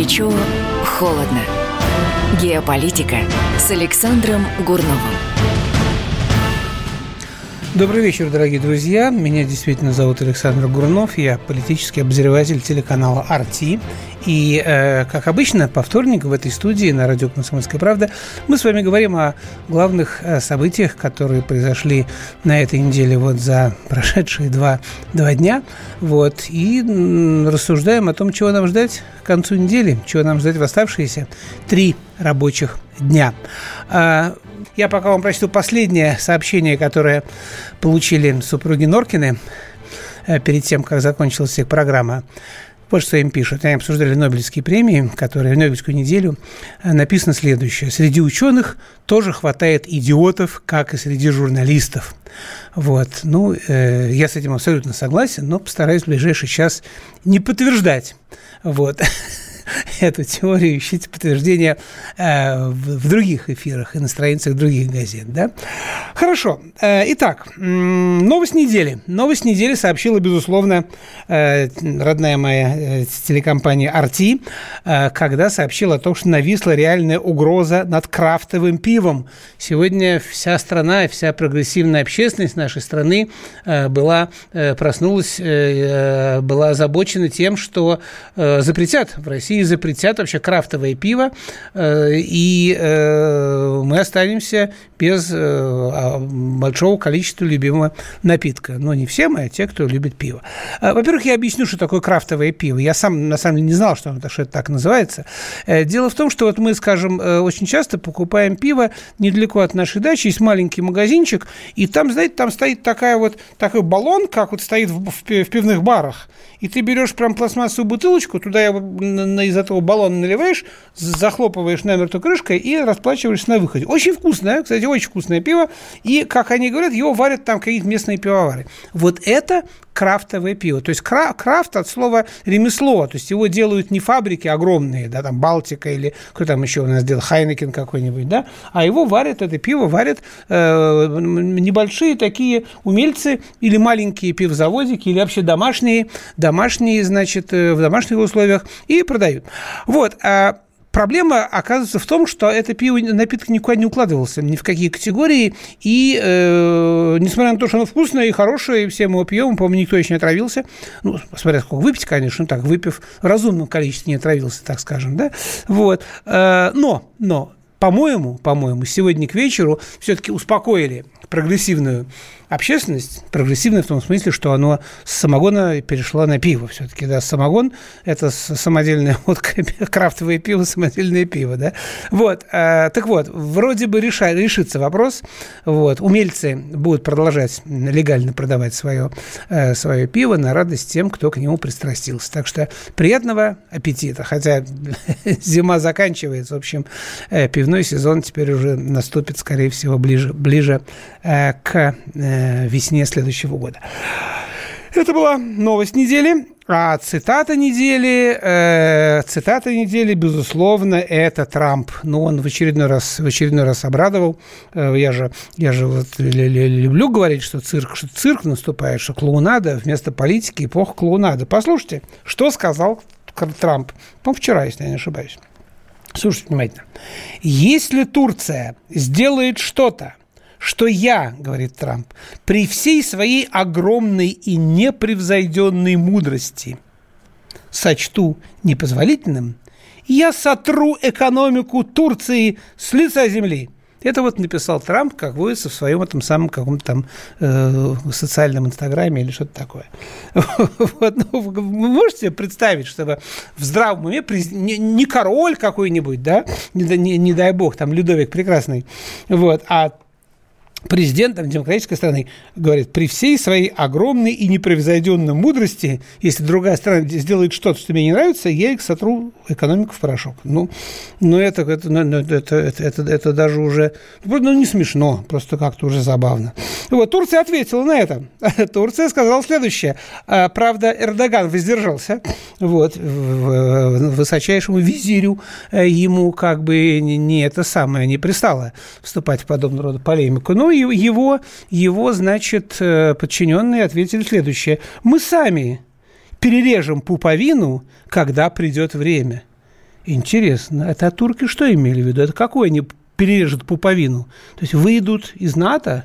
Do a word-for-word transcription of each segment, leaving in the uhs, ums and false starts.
Горячо, холодно. Геополитика с Александром Гурновым. Добрый вечер, дорогие друзья. Меня действительно зовут Александр Гурнов. Я политический обозреватель телеканала ар ти. И, э, как обычно, по вторникам в этой студии на радио «Комсомольская правда» мы с вами говорим о главных э, событиях, которые произошли на этой неделе вот за прошедшие два, два дня. Вот, и м, рассуждаем о том, чего нам ждать к концу недели, чего нам ждать в оставшиеся три рабочих дня. А, я пока вам прочту последнее сообщение, которое получили супруги Норкины э, перед тем, как закончилась их программа. Вот что им пишут. Они обсуждали Нобелевские премии, которые в Нобелевскую неделю. Написано следующее. Среди ученых тоже хватает идиотов, как и среди журналистов. Вот. Ну, э, я с этим абсолютно согласен, но постараюсь в ближайший час не подтверждать. Вот. Эту теорию ищите подтверждения э, в, в других эфирах и на страницах других газет, да? Хорошо. Э, итак, м- новость недели. Новость недели сообщила, безусловно, э, родная моя э, телекомпания ар ти, э, когда сообщила о том, что нависла реальная угроза над крафтовым пивом. Сегодня вся страна, вся прогрессивная общественность нашей страны э, была, э, проснулась, э, была озабочена тем, что э, запретят в России запретят вообще крафтовое пиво, э, и э, мы останемся без э, большого количества любимого напитка. Но не все мы, а те, кто любит пиво. Э, во-первых, я объясню, что такое крафтовое пиво. Я сам, на самом деле, не знал, что это, что это так называется. Э, дело в том, что вот мы, скажем, э, очень часто покупаем пиво недалеко от нашей дачи, есть маленький магазинчик, и там, знаете, там стоит такая вот, такой баллон, как вот стоит в, в, в пивных барах, и ты берешь прям пластмассовую бутылочку, туда его на, на, из этого баллона наливаешь, захлопываешь намертво крышкой и расплачиваешься на выходе. Очень вкусное, кстати, очень вкусное пиво. И, как они говорят, его варят там какие-то местные пивовары. Вот это крафтовое пиво. То есть крафт от слова ремесло. То есть его делают не фабрики огромные, да, там Балтика или кто там еще у нас делал, Хайнекен какой-нибудь, да, а его варят, это пиво варят э, небольшие такие умельцы или маленькие пивзаводики, или вообще домашние, домашние, значит, в домашних условиях и продают. Вот, а проблема оказывается в том, что это пиво, напиток никуда не укладывался, ни в какие категории, и э, несмотря на то, что оно вкусное и хорошее, и все мы его пьем, по-моему, никто еще не отравился, ну, смотря сколько выпить, конечно, ну, так, выпив в разумном количестве не отравился, так скажем, да, вот, э, но, но, по-моему, по-моему, сегодня к вечеру все-таки успокоили прогрессивную общественность, прогрессивная в том смысле, что оно с самогона перешло на пиво все-таки, да, самогон – это самодельная водка, крафтовое пиво, самодельное пиво, да, вот, а, так вот, вроде бы реша, решится вопрос, вот, умельцы будут продолжать легально продавать свое, свое пиво на радость тем, кто к нему пристрастился, так что приятного аппетита, хотя зима заканчивается, в общем, пивной сезон теперь уже наступит, скорее всего, ближе, ближе к весне следующего года. Это была новость недели. А цитата недели, э, цитата недели, безусловно, это Трамп. Ну, он в очередной раз, в очередной раз обрадовал. Э, я же, я же вот люблю говорить, что цирк, что цирк наступает, что клоунада вместо политики, эпоха клоунады. Послушайте, что сказал Трамп. По-моему, вчера, если я не ошибаюсь. Слушайте внимательно. Если Турция сделает что-то, что я, говорит Трамп, при всей своей огромной и непревзойденной мудрости сочту непозволительным, я сотру экономику Турции с лица земли. Это вот написал Трамп, как водится, в своем этом самом каком-то там э, социальном инстаграме или что-то такое. Вот, ну, вы можете себе представить, чтобы в здравом уме не, не король какой-нибудь, да, не, не, не дай бог, там Людовик Прекрасный, вот, а президентом демократической страны говорит, при всей своей огромной и непревзойденной мудрости, если другая страна сделает что-то, что мне не нравится, я их сотру экономику в порошок. Ну, ну это, это, это, это, это, это даже уже ну, не смешно, просто как-то уже забавно. Вот, Турция ответила на это. Турция сказала следующее. Правда, Эрдоган воздержался. Вот, высочайшему визирю ему как бы не это самое не пристало вступать в подобного рода полемику. Но его, его, значит, подчиненные ответили следующее. Мы сами перережем пуповину, когда придет время. Интересно. Это турки что имели в виду? Это какой они перережут пуповину? То есть выйдут из НАТО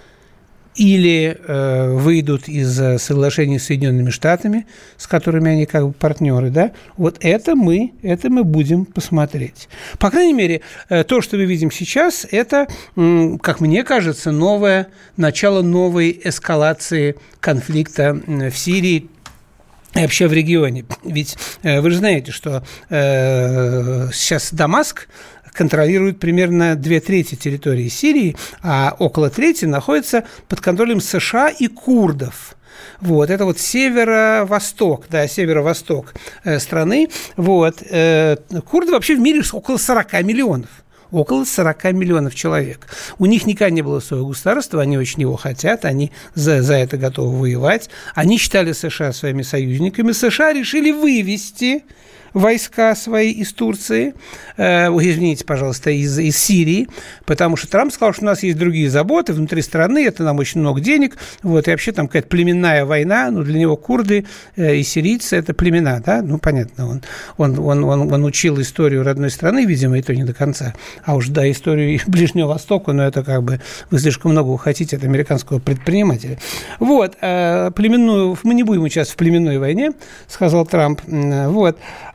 или э, выйдут из э, соглашений с Соединенными Штатами, с которыми они как бы партнеры, да? Вот это мы, это мы будем посмотреть. По крайней мере, э, то, что мы видим сейчас, это, э, как мне кажется, новое, начало новой эскалации конфликта в Сирии и вообще в регионе. Ведь э, вы же знаете, что э, сейчас Дамаск контролирует примерно две трети территории Сирии, а около трети находится под контролем США и курдов. Вот, это вот северо-восток, да, северо-восток э, страны. Вот, э, курды вообще в мире около сорок миллионов. Около сорок миллионов человек. У них никогда не было своего государства, они очень его хотят, они за, за это готовы воевать. Они считали США своими союзниками. США решили вывести войска свои из Турции, э, извините, пожалуйста, из, из Сирии, потому что Трамп сказал, что у нас есть другие заботы внутри страны, это нам очень много денег, вот, и вообще там какая-то племенная война, ну, для него курды э, и сирийцы – это племена, да, ну, понятно, он, он, он, он, он учил историю родной страны, видимо, и то не до конца, а уж, да, историю Ближнего Востока, но это как бы вы слишком много хотите от американского предпринимателя. Вот, э, племенную, мы не будем участвовать в племенной войне, сказал Трамп, вот.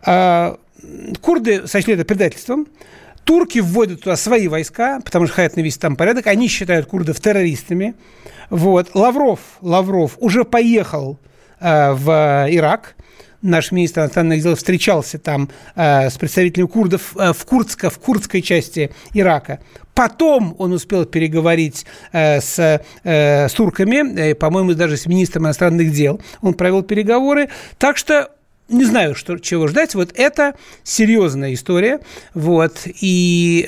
Курды сочли это предательством. Турки вводят туда свои войска, потому что хотят навести там порядок. Они считают курдов террористами. Вот. Лавров, Лавров уже поехал э, в Ирак. Наш министр иностранных дел встречался там э, с представителями курдов э, в, Курдско, в курдской части Ирака. Потом он успел переговорить э, с, э, с турками, э, по-моему, даже с министром иностранных дел. Он провел переговоры. Так что не знаю, что, чего ждать. Вот это серьезная история. Вот. И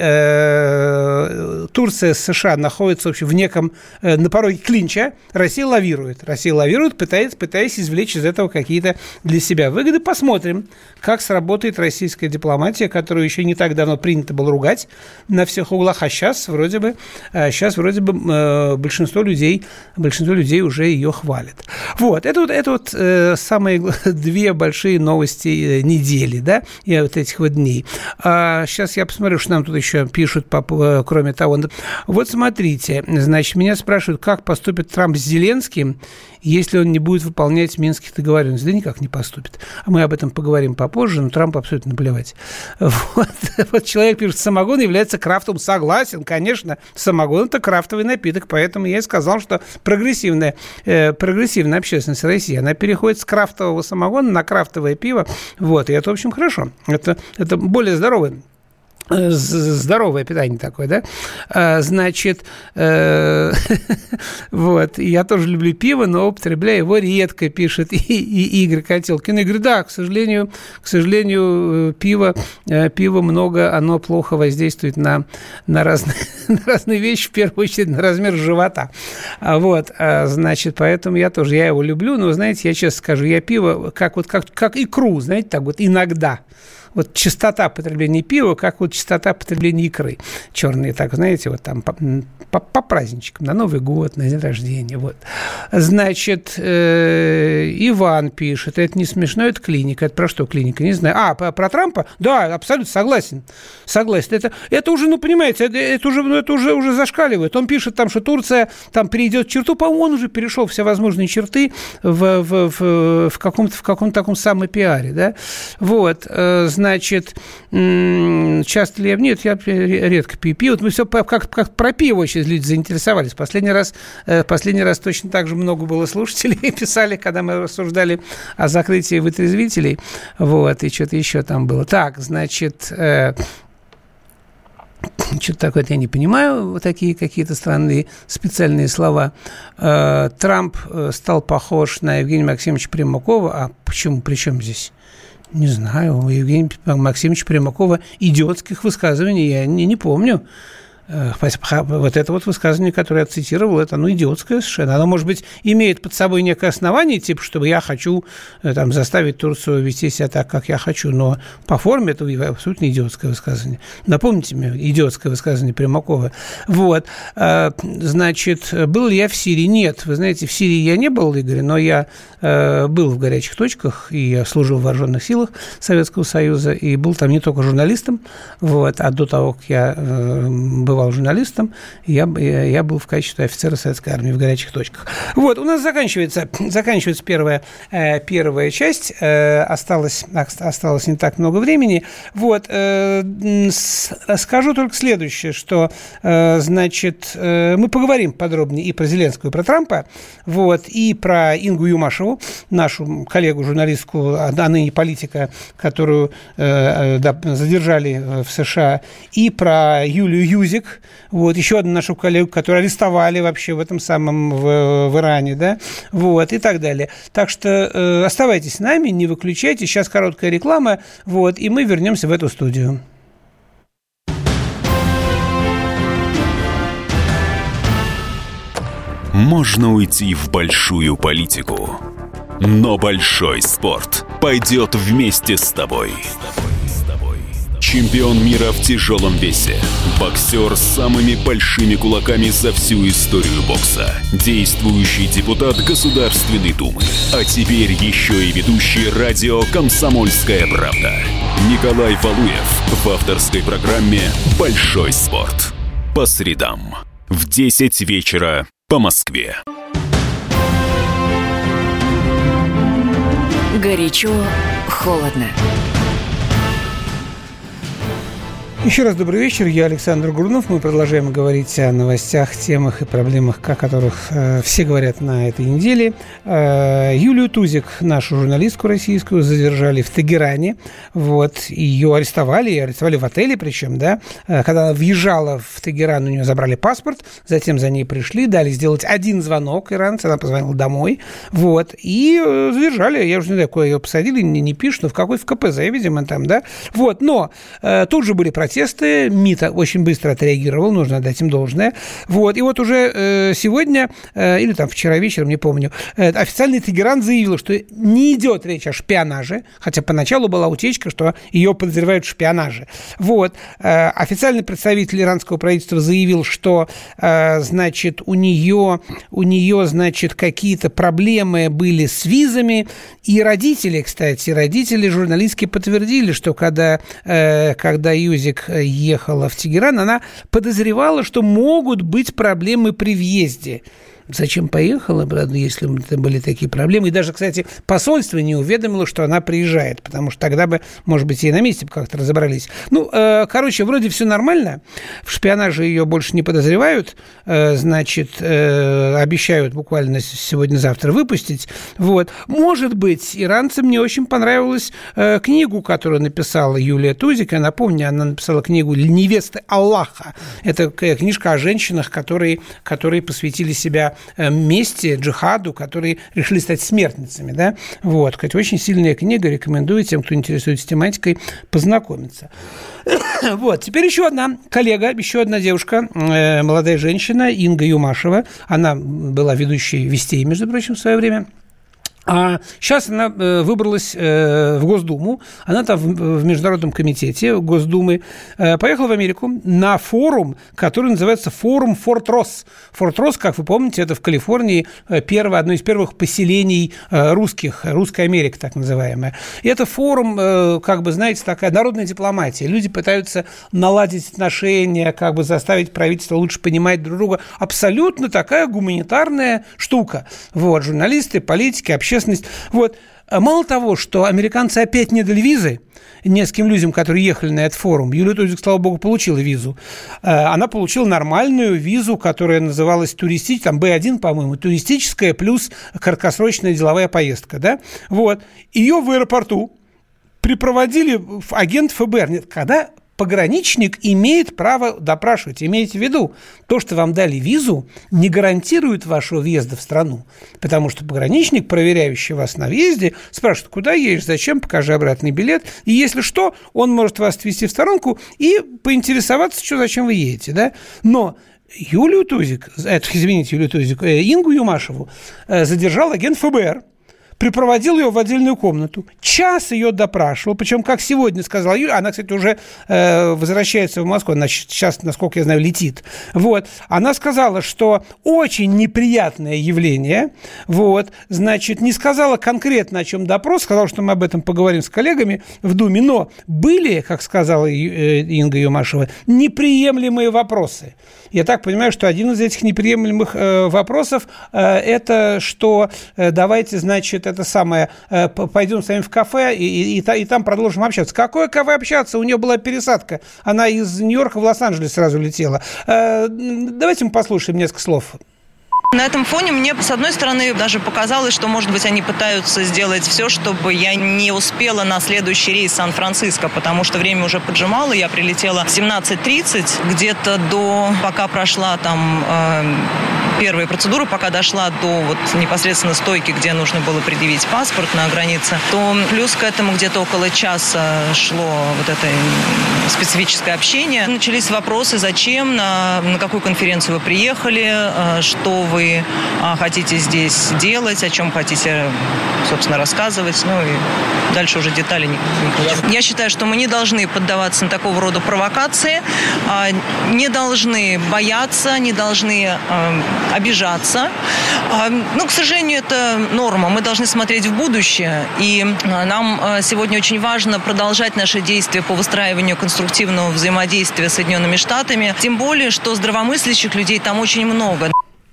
э, Турция с США находятся вообще в неком, э, на пороге клинча. Россия лавирует. Россия лавирует, пытается, пытаясь извлечь из этого какие-то для себя выгоды. Посмотрим, как сработает российская дипломатия, которую еще не так давно принято было ругать на всех углах. А сейчас вроде бы, э, сейчас вроде бы э, большинство людей, большинство людей уже ее хвалит. Вот. Это вот, это вот э, самые две большие новости недели, да, и вот этих вот дней. А сейчас я посмотрю, что нам тут еще пишут, по, кроме того. Вот смотрите, значит, меня спрашивают, как поступит Трамп с Зеленским, если он не будет выполнять Минских договоренностей. Да никак не поступит. А мы об этом поговорим попозже, но Трампу абсолютно наплевать. Вот, вот человек пишет, самогон является крафтом. Согласен, конечно, самогон – это крафтовый напиток, поэтому я и сказал, что прогрессивная, э, прогрессивная общественность России, она переходит с крафтового самогона на крафтовое пиво. Вот, и это, в общем, хорошо. Это, это более здоровый. Здоровое питание такое, да? А, значит, э, вот, я тоже люблю пиво, но употребляю его редко, пишет и, и Игорь Котелкин. Игорь, да, к сожалению, к сожалению, пиво, пиво много, оно плохо воздействует на, на, разные, на разные вещи, в первую очередь на размер живота. А, вот, а, значит, поэтому я тоже, я его люблю, но, знаете, я честно скажу, я пиво, как вот, как, как икру, знаете, так вот, иногда. Вот частота потребления пива, как вот частота потребления икры черные, так, знаете, вот там по, по, по праздничкам, на Новый год, на день рождения, вот. Значит, э, Иван пишет, это не смешно, это клиника. Это про что клиника? Не знаю. А, про, про Трампа? Да, абсолютно согласен. Согласен. Это, это уже, ну, понимаете, это, это, уже, ну, это уже, уже зашкаливает. Он пишет там, что Турция там перейдет черту, по-моему, он уже перешел все возможные черты в, в, в, в каком-то, в каком-то таком самопиаре, да. Вот, значит, часто ли я... Нет, я редко пью пиво. Вот мы все как, как про пиво сейчас люди заинтересовались. Последний раз, последний раз точно так же много было слушателей писали, когда мы рассуждали о закрытии вытрезвителей. Вот, и что-то еще там было. Так, значит... Что-то такое я не понимаю, вот такие какие-то странные специальные слова. Трамп стал похож на Евгения Максимовича Примакова. А почему? При чем здесь? Не знаю. У Евгения Максимовича Примакова идиотских высказываний я не, не помню. Вот это вот высказывание, которое я цитировал, это оно идиотское совершенно. Оно, может быть, имеет под собой некое основание, типа, чтобы я хочу там, заставить Турцию вести себя так, как я хочу, но по форме это абсолютно идиотское высказывание. Напомните мне идиотское высказывание Примакова. Вот. Значит, был ли я в Сирии? Нет. Вы знаете, в Сирии я не был, Игорь, но я был в горячих точках, и я служил в вооруженных силах Советского Союза, и был там не только журналистом, вот, а до того, как я был журналистом, я, я был в качестве офицера Советской армии в горячих точках. Вот, у нас заканчивается, заканчивается первая, э, первая часть, э, осталось, осталось не так много времени. Вот, э, с, скажу только следующее, что, э, значит, э, мы поговорим подробнее и про Зеленского, и про Трампа, вот, и про Ингу Юмашеву, нашу коллегу-журналистку, а ныне политика, которую э, да, задержали в США, и про Юлию Юзик, вот, еще одну нашу коллегу, которую арестовали вообще в этом самом, в, в Иране, да, вот, и так далее. Так что э, оставайтесь с нами, не выключайте, сейчас короткая реклама, вот, и мы вернемся в эту студию. Можно уйти в большую политику, но большой спорт пойдет вместе с тобой. Чемпион мира в тяжелом весе. Боксер с самыми большими кулаками за всю историю бокса. Действующий депутат Государственной Думы. А теперь еще и ведущий радио «Комсомольская правда». Николай Валуев в авторской программе «Большой спорт». По средам в десять вечера по Москве. Горячо, холодно. Еще раз добрый вечер, я Александр Гурнов. Мы продолжаем говорить о новостях, темах и проблемах, о которых э, все говорят на этой неделе. Э, Юлию Тузик, нашу журналистку российскую, задержали в Тегеране. Вот, ее арестовали, ее арестовали в отеле причем, да. Э, когда она въезжала в Тегеран, у нее забрали паспорт, затем за ней пришли, дали сделать один звонок иранцы, она позвонила домой, вот, и э, задержали. Я уже не знаю, куда ее посадили, не, не пишут, но в какой, в ка пэ зэ, видимо, там, да. Вот, но э, тут же были протесты. Протесты, МИД очень быстро отреагировал, нужно отдать им должное. Вот. И вот уже э, сегодня, э, или там вчера вечером, не помню, э, официальный Тегеран заявил, что не идет речь о шпионаже, хотя поначалу была утечка, что ее подозревают в шпионаже. Вот. Э, официальный представитель иранского правительства заявил, что, э, значит, у нее, у нее, значит, какие-то проблемы были с визами, и родители, кстати, родители журналистки подтвердили, что когда, э, когда Юзик ехала в Тегеран, она подозревала, что могут быть проблемы при въезде. Зачем поехала, правда, если были такие проблемы? И даже, кстати, посольство не уведомило, что она приезжает, потому что тогда бы, может быть, и на месте как-то разобрались. Ну, э, короче, вроде все нормально. В шпионаже ее больше не подозревают. Э, значит, э, обещают буквально сегодня-завтра выпустить. Вот. Может быть, иранцам не очень понравилась э, книгу, которую написала Юлия Тузик. Я напомню, она написала книгу «Невесты Аллаха». Это книжка о женщинах, которые, которые посвятили себя мести, джихаду, которые решили стать смертницами, да, вот, кстати, очень сильная книга, рекомендую тем, кто интересуется тематикой, познакомиться. Вот, теперь еще одна коллега, еще одна девушка, э, молодая женщина, Инга Юмашева, она была ведущей «Вестей», между прочим, в свое время. А сейчас она выбралась в Госдуму, она там в Международном комитете Госдумы, поехала в Америку на форум, который называется форум Форт Росс. Форт Росс, как вы помните, это в Калифорнии первое, одно из первых поселений русских, русская Америка так называемая. И это форум, как бы, знаете, такая народная дипломатия. Люди пытаются наладить отношения, как бы заставить правительство лучше понимать друг друга. Абсолютно такая гуманитарная штука. Вот, журналисты, политики, общественность. Вот. Мало того, что американцы опять не дали визы нескольким людям, которые ехали на этот форум, Юлия Тузик, слава богу, получила визу. Она получила нормальную визу, которая называлась туристическая, там бэ один, по-моему, туристическая плюс краткосрочная деловая поездка. Да? Вот. Ее в аэропорту припроводили агент эф бэ эр. Нет, когда пограничник имеет право допрашивать. Имейте в виду, то, что вам дали визу, не гарантирует вашего въезда в страну, потому что пограничник, проверяющий вас на въезде, спрашивает, куда едешь, зачем, покажи обратный билет, и если что, он может вас отвезти в сторонку и поинтересоваться, что, зачем вы едете, да? Но Юлию Тузик, это, извините, Юлию Тузик, Ингу Юмашеву задержал агент ФБР, припроводил ее в отдельную комнату, час ее допрашивал, причем, как сегодня сказала Юля, она, кстати, уже э, возвращается в Москву, она сейчас, насколько я знаю, летит, вот, она сказала, что очень неприятное явление, вот, значит, не сказала конкретно, о чем допрос, сказала, что мы об этом поговорим с коллегами в Думе, но были, как сказала Инга Юмашева, неприемлемые вопросы. Я так понимаю, что один из этих неприемлемых э, вопросов э, это, что э, давайте, значит, это самое, э, пойдем с вами в кафе и, и, и, и там продолжим общаться. Какое кафе общаться? У нее была пересадка. Она из Нью-Йорка в Лос-Анджелес сразу летела. Э, давайте мы послушаем несколько слов. На этом фоне мне, с одной стороны, даже показалось, что, может быть, они пытаются сделать все, чтобы я не успела на следующий рейс в Сан-Франциско, потому что время уже поджимало, я прилетела в семнадцать тридцать, где-то до, пока прошла там э, первая процедура, пока дошла до вот непосредственно стойки, где нужно было предъявить паспорт на границе, то плюс к этому где-то около часа шло вот это специфическое общение. Начались вопросы, зачем, на, на какую конференцию вы приехали, э, что вы вы хотите здесь делать, о чем хотите, собственно, рассказывать. Ну и дальше уже детали не, не хочу. Я считаю, что мы не должны поддаваться на такого рода провокации, не должны бояться, не должны обижаться. Ну, к сожалению, это норма. Мы должны смотреть в будущее. И нам сегодня очень важно продолжать наши действия по выстраиванию конструктивного взаимодействия с Соединенными Штатами. Тем более, что здравомыслящих людей там очень много.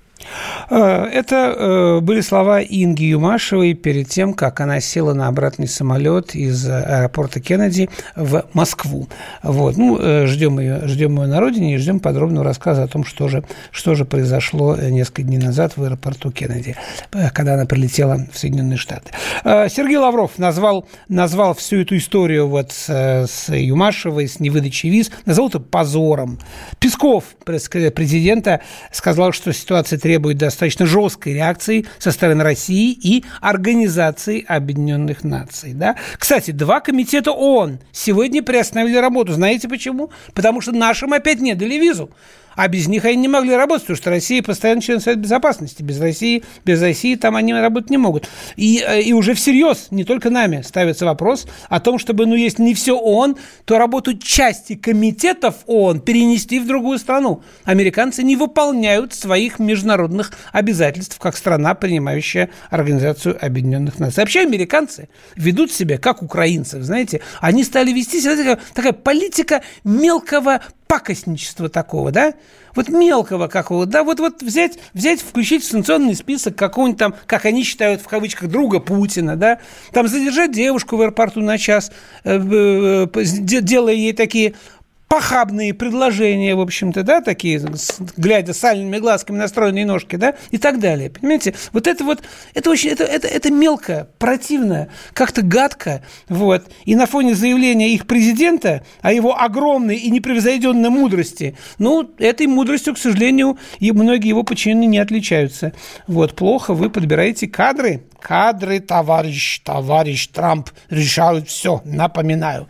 Это были слова Инги Юмашевой перед тем, как она села на обратный самолет из аэропорта Кеннеди в Москву. Вот. Ну, ждем ее, ждем ее на родине и ждем подробного рассказа о том, что же, что же произошло несколько дней назад в аэропорту Кеннеди, когда она прилетела в Соединенные Штаты. Сергей Лавров назвал, назвал всю эту историю вот с, с Юмашевой, с невыдачей виз, назвал это позором. Песков, президента, сказал, что ситуация требует достаточно достаточно жесткой реакции со стороны России и Организации Объединенных Наций. Да? Кстати, два комитета ООН сегодня приостановили работу. Знаете почему? Потому что нашим опять не дали визу. А без них они не могли работать, потому что Россия постоянно член Совета Безопасности. Без России, без России там они работать не могут. И, и уже всерьез, не только нами, ставится вопрос о том, чтобы, ну, если не все ООН, то работу части комитетов ООН перенести в другую страну. Американцы не выполняют своих международных обязательств, как страна, принимающая Организацию Объединенных Наций. Вообще американцы ведут себя как украинцы, знаете. Они стали вести себя, такая, такая политика мелкого пакостничества такого, да, вот мелкого какого, да, вот, вот взять, взять, включить в санкционный список какого-нибудь там, как они считают, в кавычках, друга Путина, да, там задержать девушку в аэропорту на час, э, э, э, делая ей такие похабные предложения, в общем-то, да, такие, глядя сальными глазками на стройные ножки, да, и так далее, понимаете, вот это вот, это очень, это, это, это мелко, противно, как-то гадко, вот, и на фоне заявления их президента о его огромной и непревзойденной мудрости, ну, этой мудростью, к сожалению, и многие его подчиненные не отличаются, вот, плохо вы подбираете кадры, кадры, товарищ, товарищ Трамп решают все, напоминаю.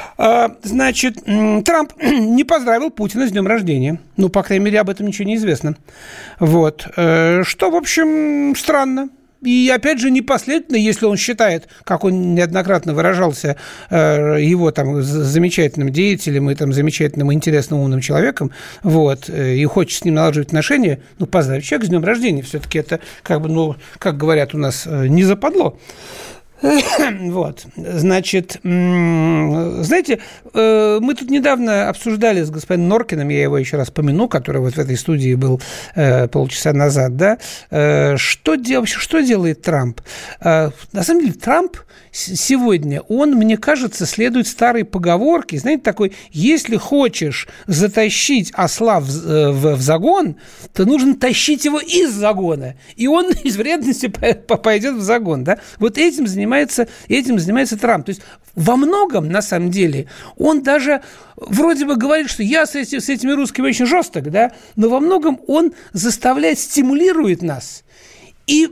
Значит, Трамп не поздравил Путина с днем рождения. Ну, по крайней мере, об этом ничего не известно. Вот. Что, в общем, странно. И, опять же, непоследовательно, если он считает, как он неоднократно выражался, его там замечательным деятелем и там замечательным, интересным, умным человеком, вот, и хочет с ним налаживать отношения, ну, поздравить человека с днем рождения. Все-таки это, как бы, ну, как говорят у нас, не западло. Вот, значит, знаете, мы тут недавно обсуждали с господином Норкиным, я его еще раз помяну, который вот в этой студии был полчаса назад, да, что, дел, что делает Трамп? На самом деле Трамп сегодня, он, мне кажется, следует старой поговорке, знаете, такой, если хочешь затащить осла в, в, в загон, то нужно тащить его из загона, и он из вредности пойдет в загон, да, вот этим занимается занимается, этим занимается Трамп. То есть во многом, на самом деле, он даже вроде бы говорит, что я с, эти, с этими русскими очень жесток, да, но во многом он заставляет, стимулирует нас и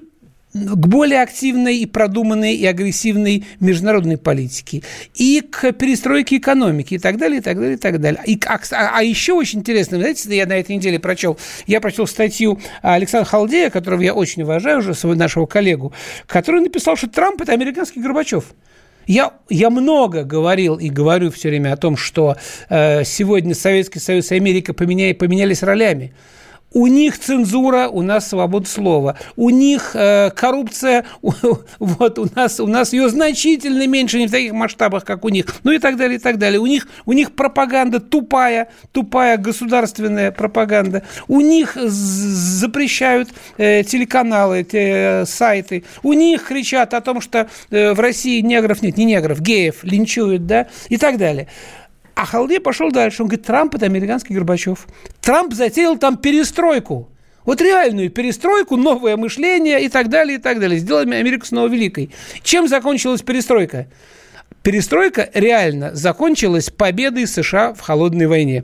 к более активной и продуманной и агрессивной международной политике, и к перестройке экономики, и так далее, и так далее, и так далее. И, а, а еще очень интересно, знаете, я на этой неделе прочел, я прочел статью Александра Халдея, которого я очень уважаю, уже своего нашего коллегу, который написал, что Трамп – это американский Горбачев. Я, я много говорил и говорю все время о том, что э, сегодня Советский Союз и Америка поменяли, поменялись ролями. У них цензура, у нас свобода слова. У них э, коррупция, у, вот у нас, у нас ее значительно меньше, не в таких масштабах, как у них. Ну и так далее, и так далее. У них, у них пропаганда тупая, тупая государственная пропаганда. У них запрещают э, телеканалы, те, сайты. У них кричат о том, что э, в России негров нет, не негров, геев линчуют, да, и так далее. А Халдей пошел дальше. Он говорит, Трамп – это американский Горбачев. Трамп затеял там перестройку. Вот реальную перестройку, новое мышление и так далее, и так далее. Сделал Америку снова великой. Чем закончилась перестройка? Перестройка реально закончилась победой США в холодной войне.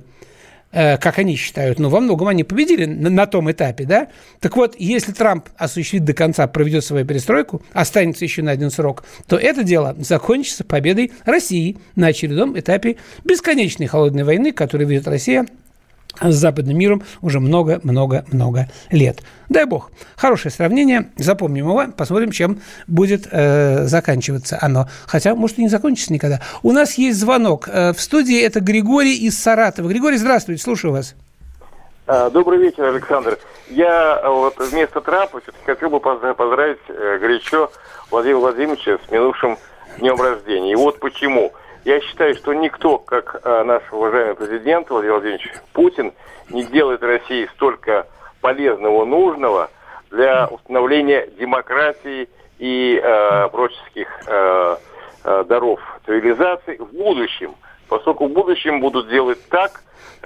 Как они считают, но во многом они победили на, на том этапе, да? Так вот, если Трамп осуществит до конца, проведет свою перестройку, останется еще на один срок, то это дело закончится победой России на очередном этапе бесконечной холодной войны, которую ведет Россия с западным миром уже много-много-много лет. Дай бог. Хорошее сравнение. Запомним его. Посмотрим, чем будет э, заканчиваться оно. Хотя, может, и не закончится никогда. У нас есть звонок. Э, в студии это Григорий из Саратова. Григорий, здравствуйте. Слушаю вас. Добрый вечер, Александр. Я вот вместо Трампа все-таки хотел бы поздравить э, горячо Владимира Владимировича с минувшим днем рождения. И вот почему. Я считаю, что никто, как э, наш уважаемый президент Владимир Владимирович Путин, не делает России столько полезного, нужного для установления демократии и э, проческих э, э, даров цивилизации в будущем. Поскольку в будущем будут делать так, э,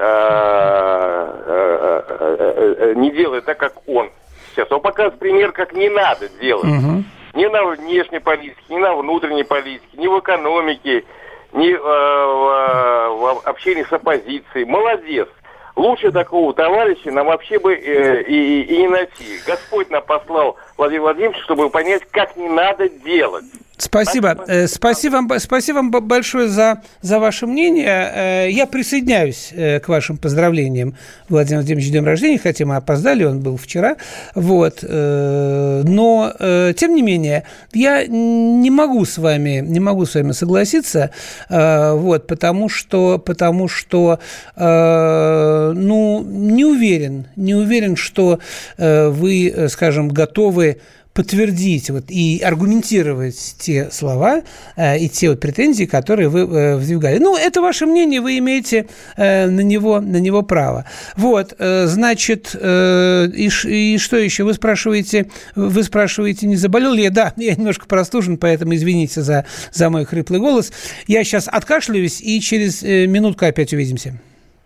э, э, э, не делая так, как он сейчас. Он показывает пример, как не надо делать. Угу. Ни на внешней политике, ни на внутренней политике, ни в экономике, ни э, в, в общении с оппозицией. Молодец. Лучше такого товарища нам вообще бы э, и, и не найти. Господь нам послал Владимира Владимировича, чтобы понять, как не надо делать. Спасибо. Э, спасибо вам, спасибо вам большое за, за ваше мнение. Э, я присоединяюсь э, к вашим поздравлениям Владимира Владимировича с днем рождения, хотя мы опоздали, он был вчера. Вот. Э, но, э, тем не менее, я не могу с вами, не могу с вами согласиться, э, вот, потому что, потому что э, ну, не уверен, не уверен, что э, вы, скажем, готовы подтвердить вот, и аргументировать те слова э, и те вот претензии, которые вы э, выдвигали. Ну, это ваше мнение, вы имеете э, на него, на него право. Вот, э, значит, э, и, и что еще? Вы спрашиваете, вы спрашиваете, не заболел ли я? Да, я немножко простужен, поэтому извините за, за мой хриплый голос. Я сейчас откашляюсь, и через э, минутку опять увидимся.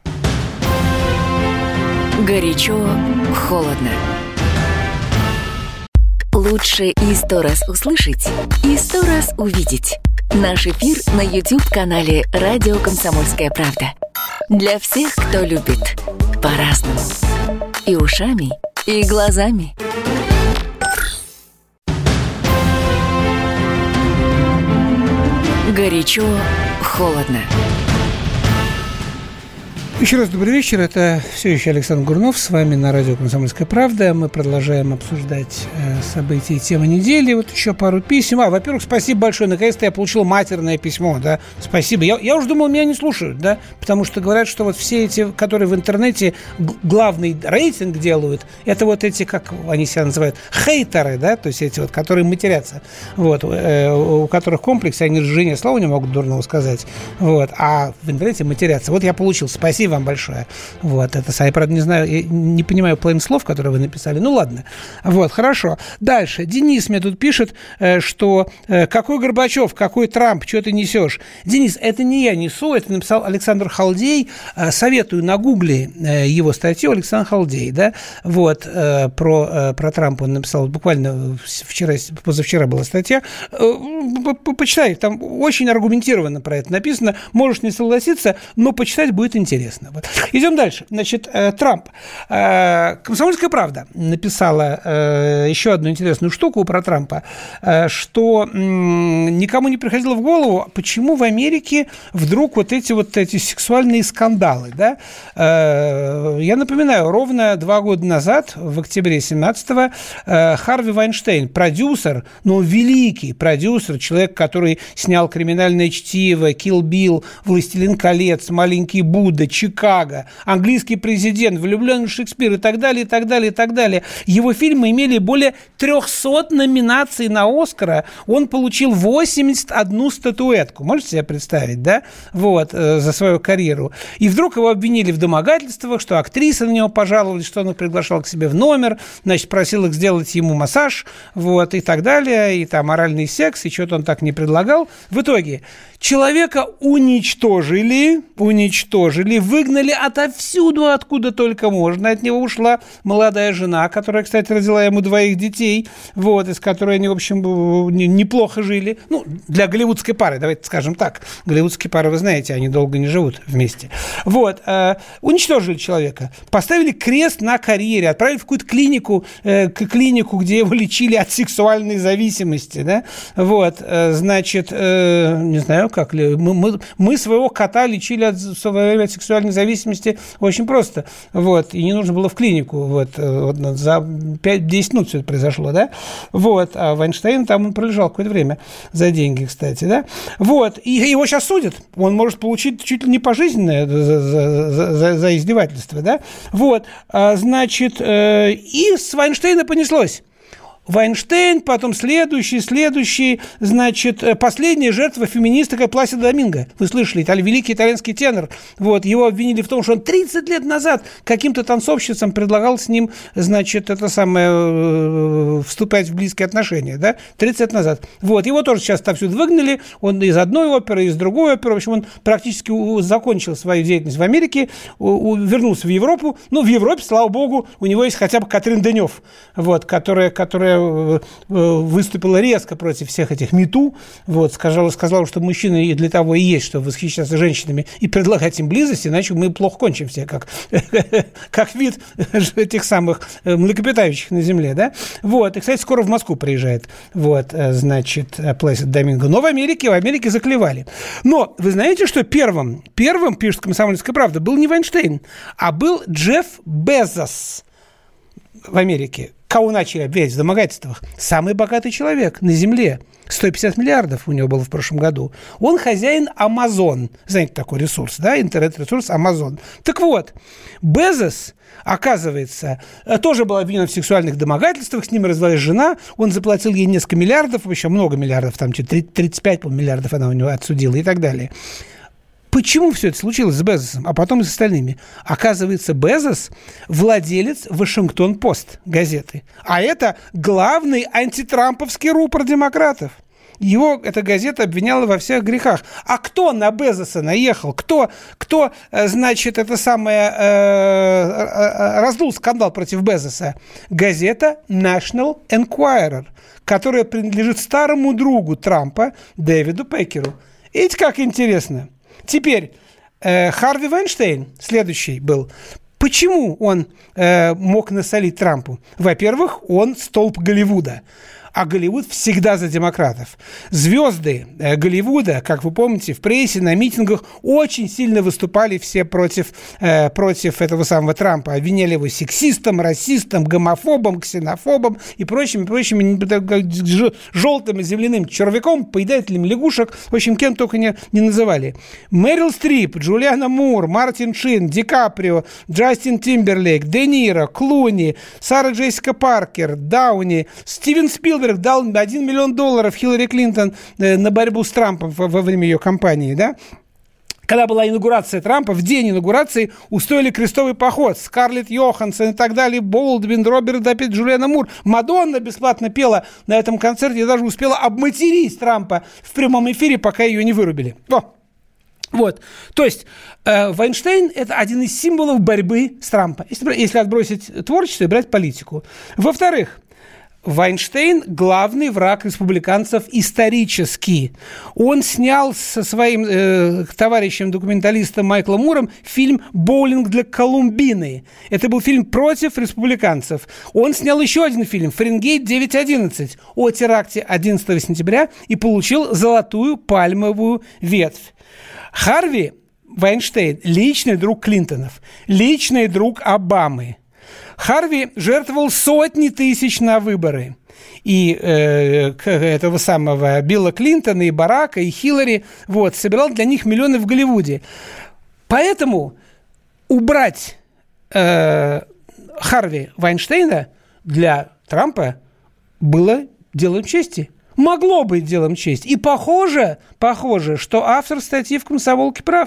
Горячо, холодно. Лучше и сто раз услышать, и сто раз увидеть. Наш эфир на YouTube-канале «Радио Комсомольская правда». Для всех, кто любит по-разному. И ушами, и глазами. Горячо, холодно. Еще раз добрый вечер. Это все еще Александр Гурнов. С вами на радио «Комсомольская правда». Мы продолжаем обсуждать э, события и темы недели. Вот еще пару писем. А, во-первых, спасибо большое. Наконец-то я получил матерное письмо. Да? Спасибо. Я, я уже думал, меня не слушают, да? Потому что говорят, что вот все эти, которые в интернете главный рейтинг делают, это вот эти, как они себя называют, хейтеры, да? То есть эти вот, которые матерятся. Вот, э, у которых комплекс, они же жене слова не могут дурного сказать. Вот, а в интернете матерятся. Вот я получил. Спасибо Спасибо вам большое. Вот, это, я, правда, не знаю, я не понимаю половину слов, которые вы написали. Ну, ладно. Вот, хорошо. Дальше. Денис мне тут пишет, что какой Горбачев, какой Трамп, что ты несешь? Денис, это не я несу, это написал Александр Халдей. Советую на гугле его статью, Александр Халдей, да, вот, про, про Трампа он написал, буквально вчера, позавчера была статья. Почитай, там очень аргументированно про это написано. Можешь не согласиться, но почитать будет интересно. Вот. Идем дальше. Значит, Трамп. «Комсомольская правда» написала еще одну интересную штуку про Трампа, что никому не приходило в голову, почему в Америке вдруг вот эти вот эти сексуальные скандалы, да? Я напоминаю, ровно два года назад, в октябре семнадцатого, Харви Вайнштейн, продюсер, ну, великий продюсер, человек, который снял «Криминальное чтиво», «Килл Билл», «Властелин колец», «Маленький Будда», «Чикаго», «Английский президент», «Влюбленный Шекспир» и так далее, и так далее, и так далее. Его фильмы имели более триста номинаций на «Оскара». Он получил восемьдесят одну статуэтку. Можете себе представить, да? Вот, э, за свою карьеру. И вдруг его обвинили в домогательствах, что актриса на него пожаловалась, что он их приглашал к себе в номер, значит, просил их сделать ему массаж, вот, и так далее, и там оральный секс, и что-то он так не предлагал. В итоге человека уничтожили, уничтожили, выгнали отовсюду, откуда только можно. От него ушла молодая жена, которая, кстати, родила ему двоих детей, вот, из которой они, в общем, неплохо жили. Ну, для голливудской пары, давайте скажем так. Голливудские пары, вы знаете, они долго не живут вместе. Вот, э, уничтожили человека, поставили крест на карьере, отправили в какую-то клинику, э, к клинику, где его лечили от сексуальной зависимости, да, вот, э, значит, э, не знаю, как ли, мы, мы, мы своего кота лечили от, в свое время от сексуальной зависимости очень просто, вот, и не нужно было в клинику, вот, вот за пять-десять минут все это произошло, да, вот, а Вайнштейн там он пролежал какое-то время за деньги, кстати, да, вот, и его сейчас судят, он может получить чуть ли не пожизненное за, за, за, за издевательство, да, вот, а, значит, э, и с Вайнштейна понеслось. Вайнштейн, потом следующий, следующий, значит, последняя жертва феминистка Пласидо Доминго. Вы слышали, великий итальянский тенор. Вот, его обвинили в том, что он тридцать лет назад каким-то танцовщицам предлагал с ним, значит, это самое, вступать в близкие отношения, да, тридцать лет назад. Вот, его тоже сейчас отсюда выгнали, он из одной оперы, из другой оперы, в общем, он практически закончил свою деятельность в Америке, вернулся в Европу. Ну, в Европе, слава богу, у него есть хотя бы Катрин Денев, вот, которая, которая выступила резко против всех этих мету, вот, сказала, сказала, что мужчины для того и есть, чтобы восхищаться женщинами и предлагать им близость, иначе мы плохо кончим все, как, как вид этих самых млекопитающих на земле, да, вот, и, кстати, скоро в Москву приезжает, вот, значит, Пласидо Доминго, но в Америке, в Америке заклевали. Но вы знаете, что первым, первым, пишет «Комсомольская правда», был не Вайнштейн, а был Джефф Безос в Америке. Кого начали обвинять в домогательствах? Самый богатый человек на Земле. сто пятьдесят миллиардов у него было в прошлом году. Он хозяин Amazon. Знаете, такой ресурс, да? Интернет-ресурс Amazon. Так вот, Безос, оказывается, тоже был обвинен в сексуальных домогательствах. С ним развелась жена. Он заплатил ей несколько миллиардов, еще много миллиардов, там тридцать пять миллиардов она у него отсудила и так далее. Почему все это случилось с Безосом, а потом и с остальными? Оказывается, Безос – владелец «Вашингтон-Пост» газеты. А это главный антитрамповский рупор демократов. Его эта газета обвиняла во всех грехах. А кто на Безоса наехал? Кто, кто значит, это самое, э, раздул скандал против Безоса? Газета National Enquirer, которая принадлежит старому другу Трампа Дэвиду Пекеру. Видите, как интересно? Теперь э, Харви Вайнштейн, следующий был. Почему он э, мог насолить Трампу? Во-первых, он столб Голливуда. А Голливуд всегда за демократов. Звезды э, Голливуда, как вы помните, в прессе, на митингах очень сильно выступали все против, э, против этого самого Трампа. Обвиняли его сексистом, расистом, гомофобом, ксенофобом и прочими, прочими желтым и земляным червяком, поедателем лягушек. В общем, кем только не, не называли. Мэрил Стрип, Джулиана Мур, Мартин Шин, Ди Каприо, Джастин Тимберлейк, Де Ниро, Клуни, Сара Джессика Паркер, Дауни, Стивен Спилберг дал один миллион долларов Хиллари Клинтон на борьбу с Трампом во время ее кампании, да? когда была инаугурация Трампа, в день инаугурации устроили крестовый поход. Скарлетт Йоханссон и так далее, Болдвин, Роберт Дапит, Джулиана Мур. Мадонна бесплатно пела на этом концерте и даже успела обматерить Трампа в прямом эфире, пока ее не вырубили. О! Вот, то есть э, Вайнштейн – это один из символов борьбы с Трампом, если, если отбросить творчество и брать политику. Во-вторых, Вайнштейн – главный враг республиканцев исторически. Он снял со своим э, товарищем-документалистом Майклом Муром фильм «Боулинг для Колумбины». Это был фильм против республиканцев. Он снял еще один фильм «Фаренгейт девять одиннадцать» о теракте одиннадцатого сентября и получил золотую пальмовую ветвь. Харви Вайнштейн – личный друг Клинтонов, личный друг Обамы. Харви жертвовал сотни тысяч на выборы. И э, этого самого Билла Клинтона, и Барака, и Хиллари. Вот, собирал для них миллионы в Голливуде. Поэтому убрать э, Харви Вайнштейна для Трампа было делом чести. Могло быть делом чести. И похоже, похоже, что автор статьи в «Комсомолке» прав.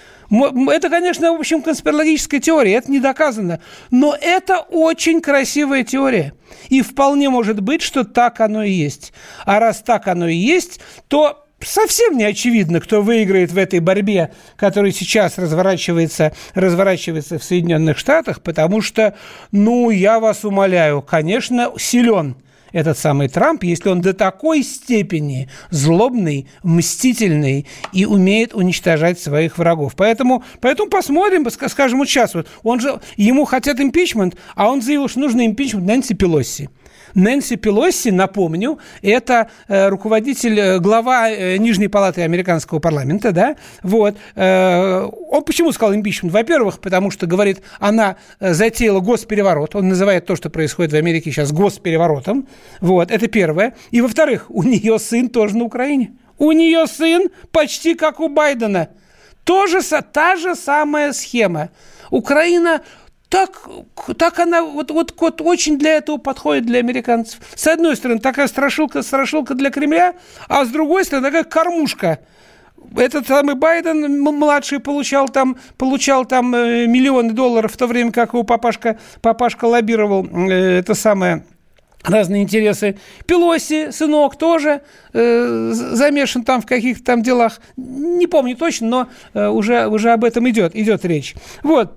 Это, конечно, в общем, конспирологическая теория, это не доказано. Но это очень красивая теория. И вполне может быть, что так оно и есть. А раз так оно и есть, то совсем не очевидно, кто выиграет в этой борьбе, которая сейчас разворачивается, разворачивается в Соединенных Штатах, потому что, ну, я вас умоляю, конечно, силен этот самый Трамп, если он до такой степени злобный, мстительный и умеет уничтожать своих врагов. Поэтому, поэтому посмотрим, скажем, вот сейчас, вот, он же, ему хотят импичмент, а он заявил, что нужно импичмент Нэнси Пелоси. Нэнси Пелоси, напомню, это э, руководитель, э, глава э, Нижней палаты американского парламента, да, вот. Э, он почему сказал импичмент? Во-первых, потому что, говорит, она э, затеяла госпереворот, он называет то, что происходит в Америке сейчас, госпереворотом, вот, это первое. И, во-вторых, у нее сын тоже на Украине. У нее сын почти как у Байдена. Тоже, та же самая схема. Украина... Так, так она вот, вот, вот очень для этого подходит для американцев. С одной стороны, такая страшилка, страшилка для Кремля, а с другой стороны, такая кормушка. Этот самый Байден младший получал там, получал там э, миллионы долларов, в то время как его папашка, папашка лоббировал э, это самое... разные интересы. Пелоси, сынок, тоже э, замешан там в каких-то там делах. Не помню точно, но э, уже, уже об этом идет, идет речь. Вот.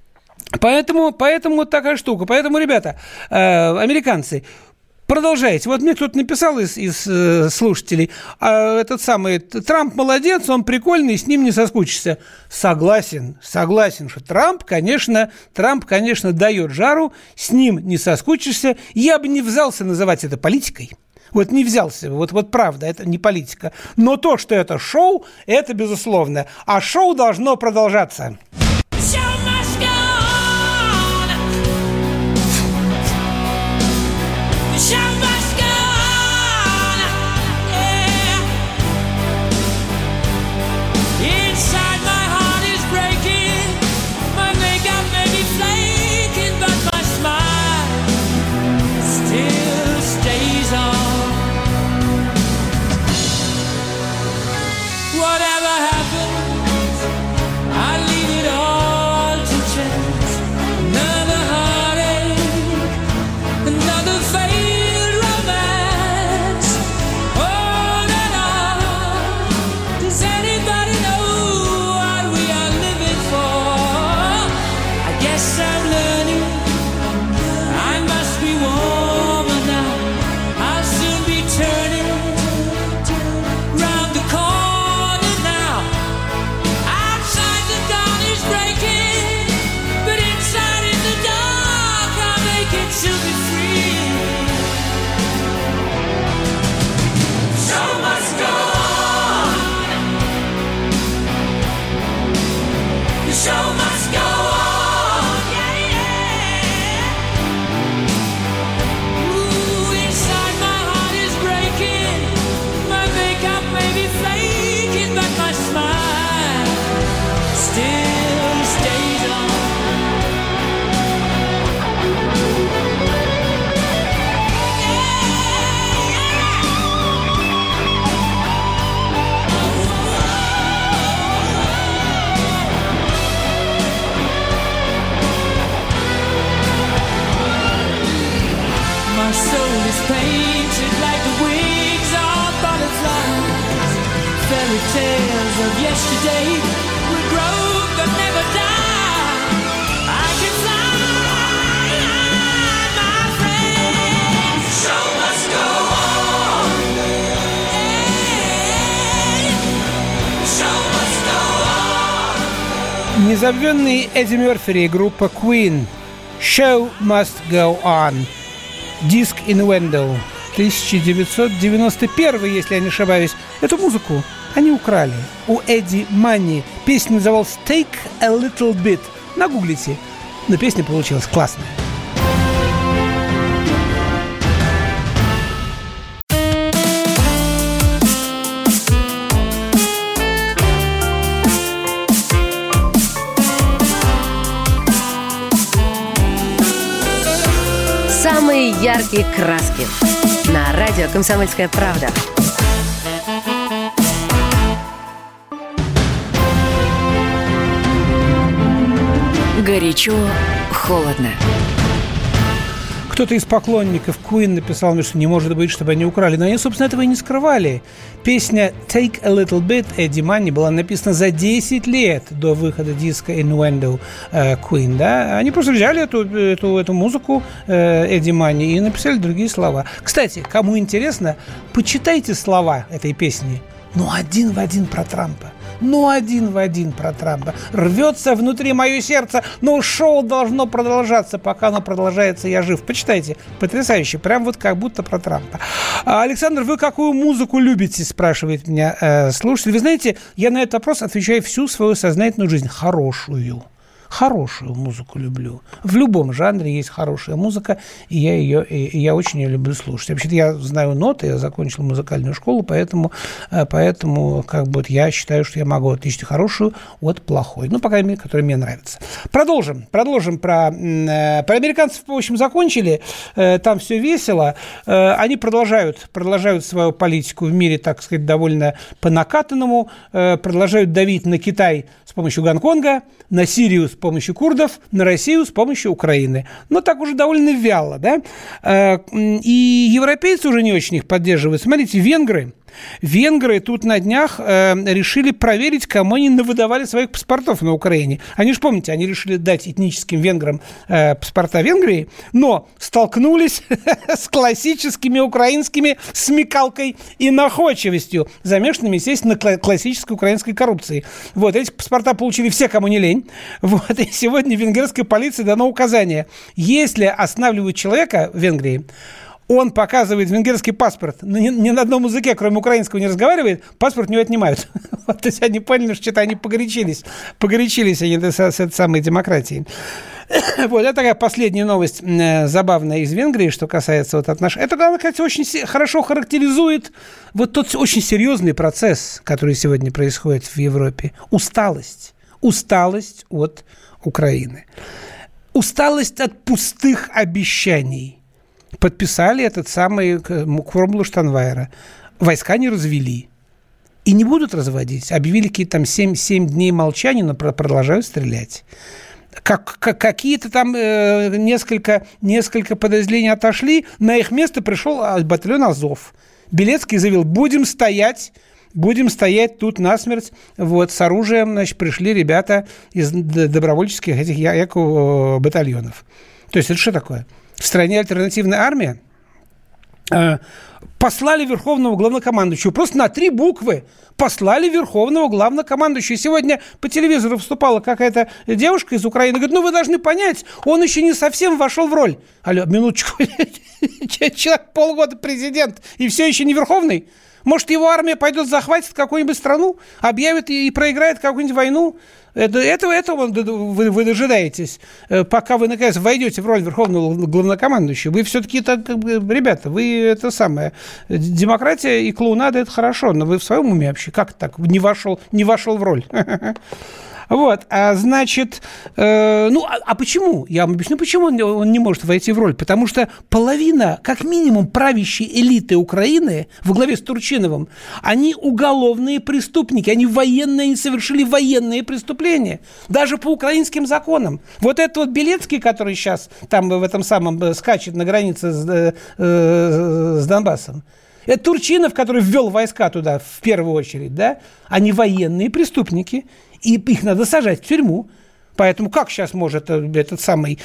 Поэтому, поэтому такая штука. Поэтому, ребята, э, американцы, продолжайте. Вот мне кто-то написал из, из э, слушателей, э, этот самый Трамп молодец, он прикольный, с ним не соскучишься. Согласен, согласен, что Трамп, конечно, Трамп, конечно, дает жару, с ним не соскучишься. Я бы не взялся называть это политикой. Вот не взялся, вот, вот правда, это не политика. Но то, что это шоу, это безусловно. А шоу должно продолжаться. Whatever happens, I leave it all. tales of yesterday with growth that never die. I can fly, my friend. Show must go on. Show must go on. Незабвенный Эдди Мерфери и группа Queen. Show must go on. Диск Innuendo. тысяча девятьсот девяносто первый, если я не ошибаюсь. Эту музыку они украли у Эдди Манни. Песня называлась «Take a Little Bit». Нагуглите. Но песня получилась классная. Самые яркие краски на радио «Комсомольская правда». Горячо, холодно. Кто-то из поклонников Queen написал мне, что не может быть, чтобы они украли. Но они, собственно, этого и не скрывали. Песня «Take a Little Bit» Эдди Манни была написана за десять лет до выхода диска Innuendo э, Queen. Да? Они просто взяли эту, эту, эту музыку э, Эдди Манни и написали другие слова. Кстати, кому интересно, почитайте слова этой песни. Ну, один в один про Трампа. Ну, один в один про Трампа. Рвется внутри мое сердце, но шоу должно продолжаться. Пока оно продолжается, я жив. Почитайте. Потрясающе. Прям вот как будто про Трампа. А, Александр, вы какую музыку любите, спрашивает меня э, слушатель. Вы знаете, я на этот вопрос отвечаю всю свою сознательную жизнь. Хорошую. Хорошую музыку люблю. В любом жанре есть хорошая музыка, и я ее, и я очень ее люблю слушать. Вообще-то я знаю ноты, я закончил музыкальную школу, поэтому, поэтому как бы, я считаю, что я могу отличить хорошую от плохой. Ну, по крайней мере, которая мне нравится. Продолжим. Продолжим про, про американцев, в общем, закончили. Там все весело. Они продолжают, продолжают свою политику в мире, так сказать, довольно по накатанному. Продолжают давить на Китай с помощью Гонконга, на Сирию с помощью курдов, на Россию с помощью Украины. Но так уже довольно вяло, да? И европейцы уже не очень их поддерживают. Смотрите, венгры. Венгры тут на днях э, решили проверить, кому они навыдавали своих паспортов на Украине. Они же, помните, они решили дать этническим венграм э, паспорта Венгрии, но столкнулись с классическими украинскими смекалкой и находчивостью, замешанными, естественно, на классической украинской коррупции. Вот, эти паспорта получили все, кому не лень. Вот, и сегодня венгерской полиции дано указание, если останавливают человека в Венгрии, он показывает венгерский паспорт, ни, ни на одном языке, кроме украинского, не разговаривает, паспорт у него отнимают. Вот, то есть они поняли, что что-то они погорячились. Погорячились они с, с этой самой демократией. Вот, это такая последняя новость э, забавная из Венгрии, что касается вот отношений. Это, кстати, очень си- хорошо характеризует вот тот очень серьезный процесс, который сегодня происходит в Европе. Усталость. Усталость от Украины. Усталость от пустых обещаний. Подписали этот самый формулу Штайнмайера. Войска не развели. И не будут разводить. Объявили какие-то там семь, семь дней молчания, но продолжают стрелять. Как, как, какие-то там э, несколько, несколько подразделений отошли. На их место пришел батальон Азов. Белецкий заявил, будем стоять. Будем стоять тут насмерть. Вот, с оружием, значит, пришли ребята из добровольческих этих яков батальонов. То есть это что такое? В стране альтернативная армия э, послали верховного главнокомандующего. Просто на три буквы послали верховного главнокомандующего. Сегодня по телевизору выступала какая-то девушка из Украины. Говорит, ну вы должны понять, он еще не совсем вошел в роль. Алло, минуточку. Человек полгода президент и все еще не верховный. Может, его армия пойдет захватит какую-нибудь страну, объявит и проиграет какую-нибудь войну? Это, этого, этого вы, вы дожидаетесь, пока вы, наконец, войдете в роль верховного главнокомандующего. Вы все-таки, так, ребята, вы это самое, демократия и клоунада – это хорошо, но вы в своем уме вообще как так не вошел, не вошел в роль? Вот, а значит, э, ну, а, а почему? Я вам объясню, почему он, он не может войти в роль. Потому что половина, как минимум, правящей элиты Украины во главе с Турчиновым, они уголовные преступники, они военные, они совершили военные преступления. Даже по украинским законам. Вот этот вот Белецкий, который сейчас там в этом самом скачет на границе с, э, с Донбассом, Это Турчинов, который ввел войска туда в первую очередь, да? Они военные преступники, и их надо сажать в тюрьму. Поэтому как сейчас может этот самый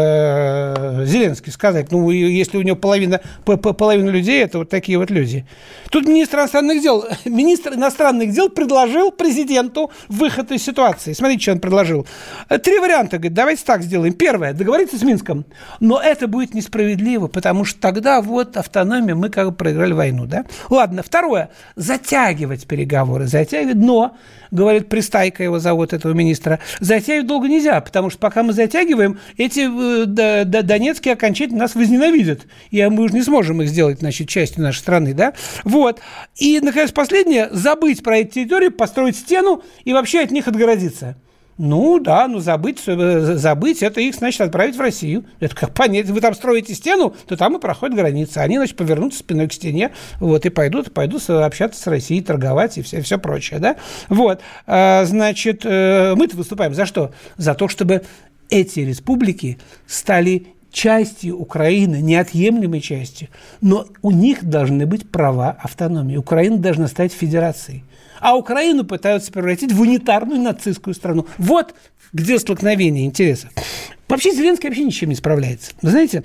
э, Зеленский сказать, ну, если у него половина, половина людей, это вот такие вот люди. Тут министр иностранных дел, министр иностранных дел предложил президенту выход из ситуации. Смотрите, что он предложил. Три варианта, говорит, давайте так сделаем. Первое, договориться с Минском. Но это будет несправедливо, потому что тогда вот автономия, мы как бы проиграли войну, да? Ладно, второе, затягивать переговоры, затягивать, но, говорит Пристайко, его зовут, этого министра, затягивать долго нельзя, потому что пока мы затягиваем, эти э, д- д- донецкие окончательно нас возненавидят, и мы уже не сможем их сделать, значит, частью нашей страны, да? Вот. И, наконец, последнее, забыть про эти территории, построить стену и вообще от них отгородиться. Ну, да, ну, забыть, забыть, это их, значит, отправить в Россию. Это как понять, вы там строите стену, то там и проходит граница. Они, значит, повернутся спиной к стене, вот, и пойдут, пойдут общаться с Россией, торговать и все, все прочее, да. Вот, а, значит, мы-то выступаем за что? За то, чтобы эти республики стали частью Украины, неотъемлемой частью, но у них должны быть права автономии. Украина должна стать федерацией. А Украину пытаются превратить в унитарную нацистскую страну. Вот где столкновение интересов. Вообще Зеленский вообще ничем не справляется. Вы знаете,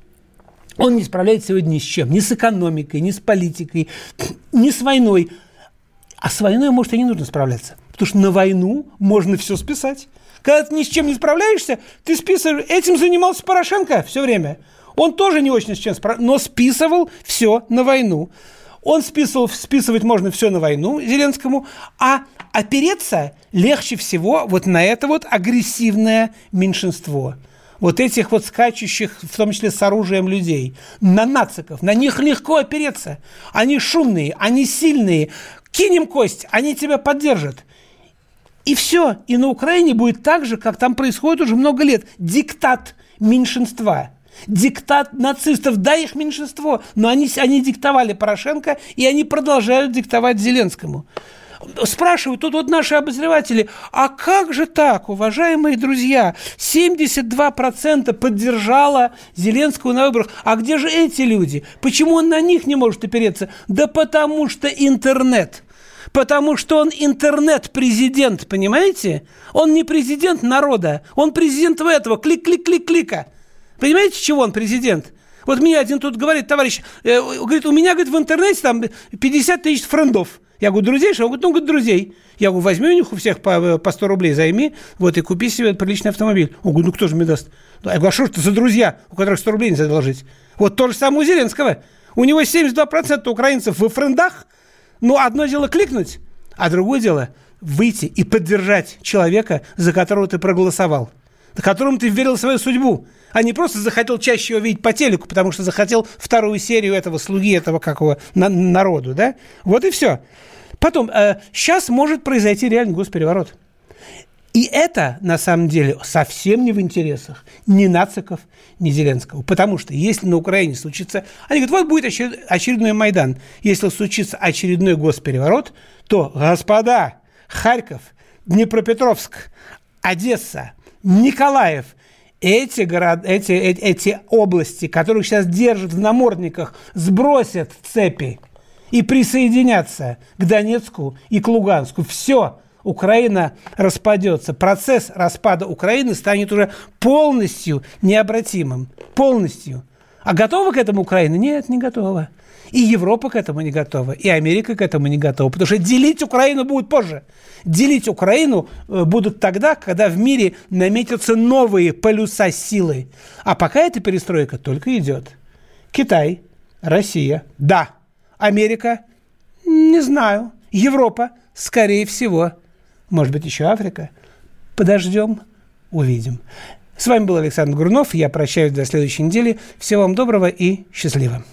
он не справляется сегодня ни с чем. Ни с экономикой, ни с политикой, ни с войной. А с войной, может, и не нужно справляться. Потому что на войну можно все списать. Когда ты ни с чем не справляешься, ты списываешь. Этим занимался Порошенко все время. Он тоже не очень с чем справлялся, но списывал все на войну. Он списывал, списывать можно все на войну Зеленскому, а опереться легче всего вот на это вот агрессивное меньшинство. Вот этих вот скачущих, в том числе с оружием людей, на нациков. На них легко опереться. Они шумные, они сильные. Кинем кость, они тебя поддержат. И все. И на Украине будет так же, как там происходит уже много лет. Диктат меньшинства. Диктат нацистов, да, их меньшинство, но они, они диктовали Порошенко, и они продолжают диктовать Зеленскому. Спрашивают тут вот наши обозреватели, а как же так, уважаемые друзья, семьдесят два процента поддержало Зеленского на выборах, а где же эти люди? Почему он на них не может опереться? Да потому что интернет. Потому что он интернет-президент, понимаете? Он не президент народа, он президент этого, клик-клик-клик-клика. Понимаете, чего он президент? Вот мне один тут говорит, товарищ, э, говорит, у меня, говорит, в интернете там пятьдесят тысяч френдов. Я говорю, друзей, что? Он говорит, ну, говорит, друзей. Я говорю, возьми у них у всех по, по сто рублей, займи, вот, и купи себе приличный автомобиль. Он говорит, ну, кто же мне даст? Я говорю, а что ж это за друзья, у которых сто рублей нельзя одолжить? Вот то же самое у Зеленского. У него семьдесят два процента украинцев во френдах. Ну, одно дело кликнуть, а другое дело выйти и поддержать человека, за которого ты проголосовал, которому ты верил в свою судьбу, а не просто захотел чаще его видеть по телеку, потому что захотел вторую серию этого слуги, этого какого на, народу, да? Вот и все. Потом, э, сейчас может произойти реально госпереворот. И это, на самом деле, совсем не в интересах ни нациков, ни Зеленского. Потому что если на Украине случится... Они говорят, вот будет очеред... очередной Майдан. Если случится очередной госпереворот, то, господа, Харьков, Днепропетровск, Одесса, Николаев, эти, город, эти, эти, эти области, которых сейчас держат в намордниках, сбросят цепи и присоединятся к Донецку и к Луганску. Все, Украина распадется. Процесс распада Украины станет уже полностью необратимым. Полностью. А готова к этому Украина? Нет, не готова. И Европа к этому не готова, и Америка к этому не готова, потому что делить Украину будут позже. Делить Украину будут тогда, когда в мире наметятся новые полюса силы. А пока эта перестройка только идет. Китай, Россия, да. Америка, не знаю. Европа, скорее всего. Может быть, еще Африка. Подождем, увидим. С вами был Александр Гурнов. Я прощаюсь до следующей недели. Всего вам доброго и счастливо.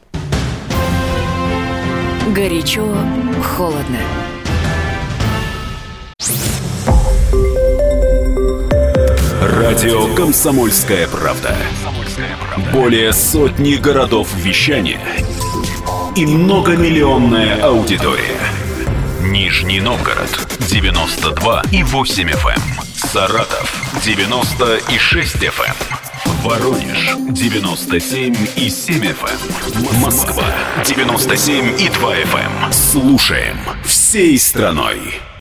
Горячо, холодно. Радио «Комсомольская правда». Более сотни городов вещания и многомиллионная аудитория. Нижний Новгород девяносто два и восемь эф эм. Саратов девяносто и шесть эф эм. Воронеж девяносто семь и семь эф эм. Москва девяносто семь и два эф эм. Слушаем всей страной.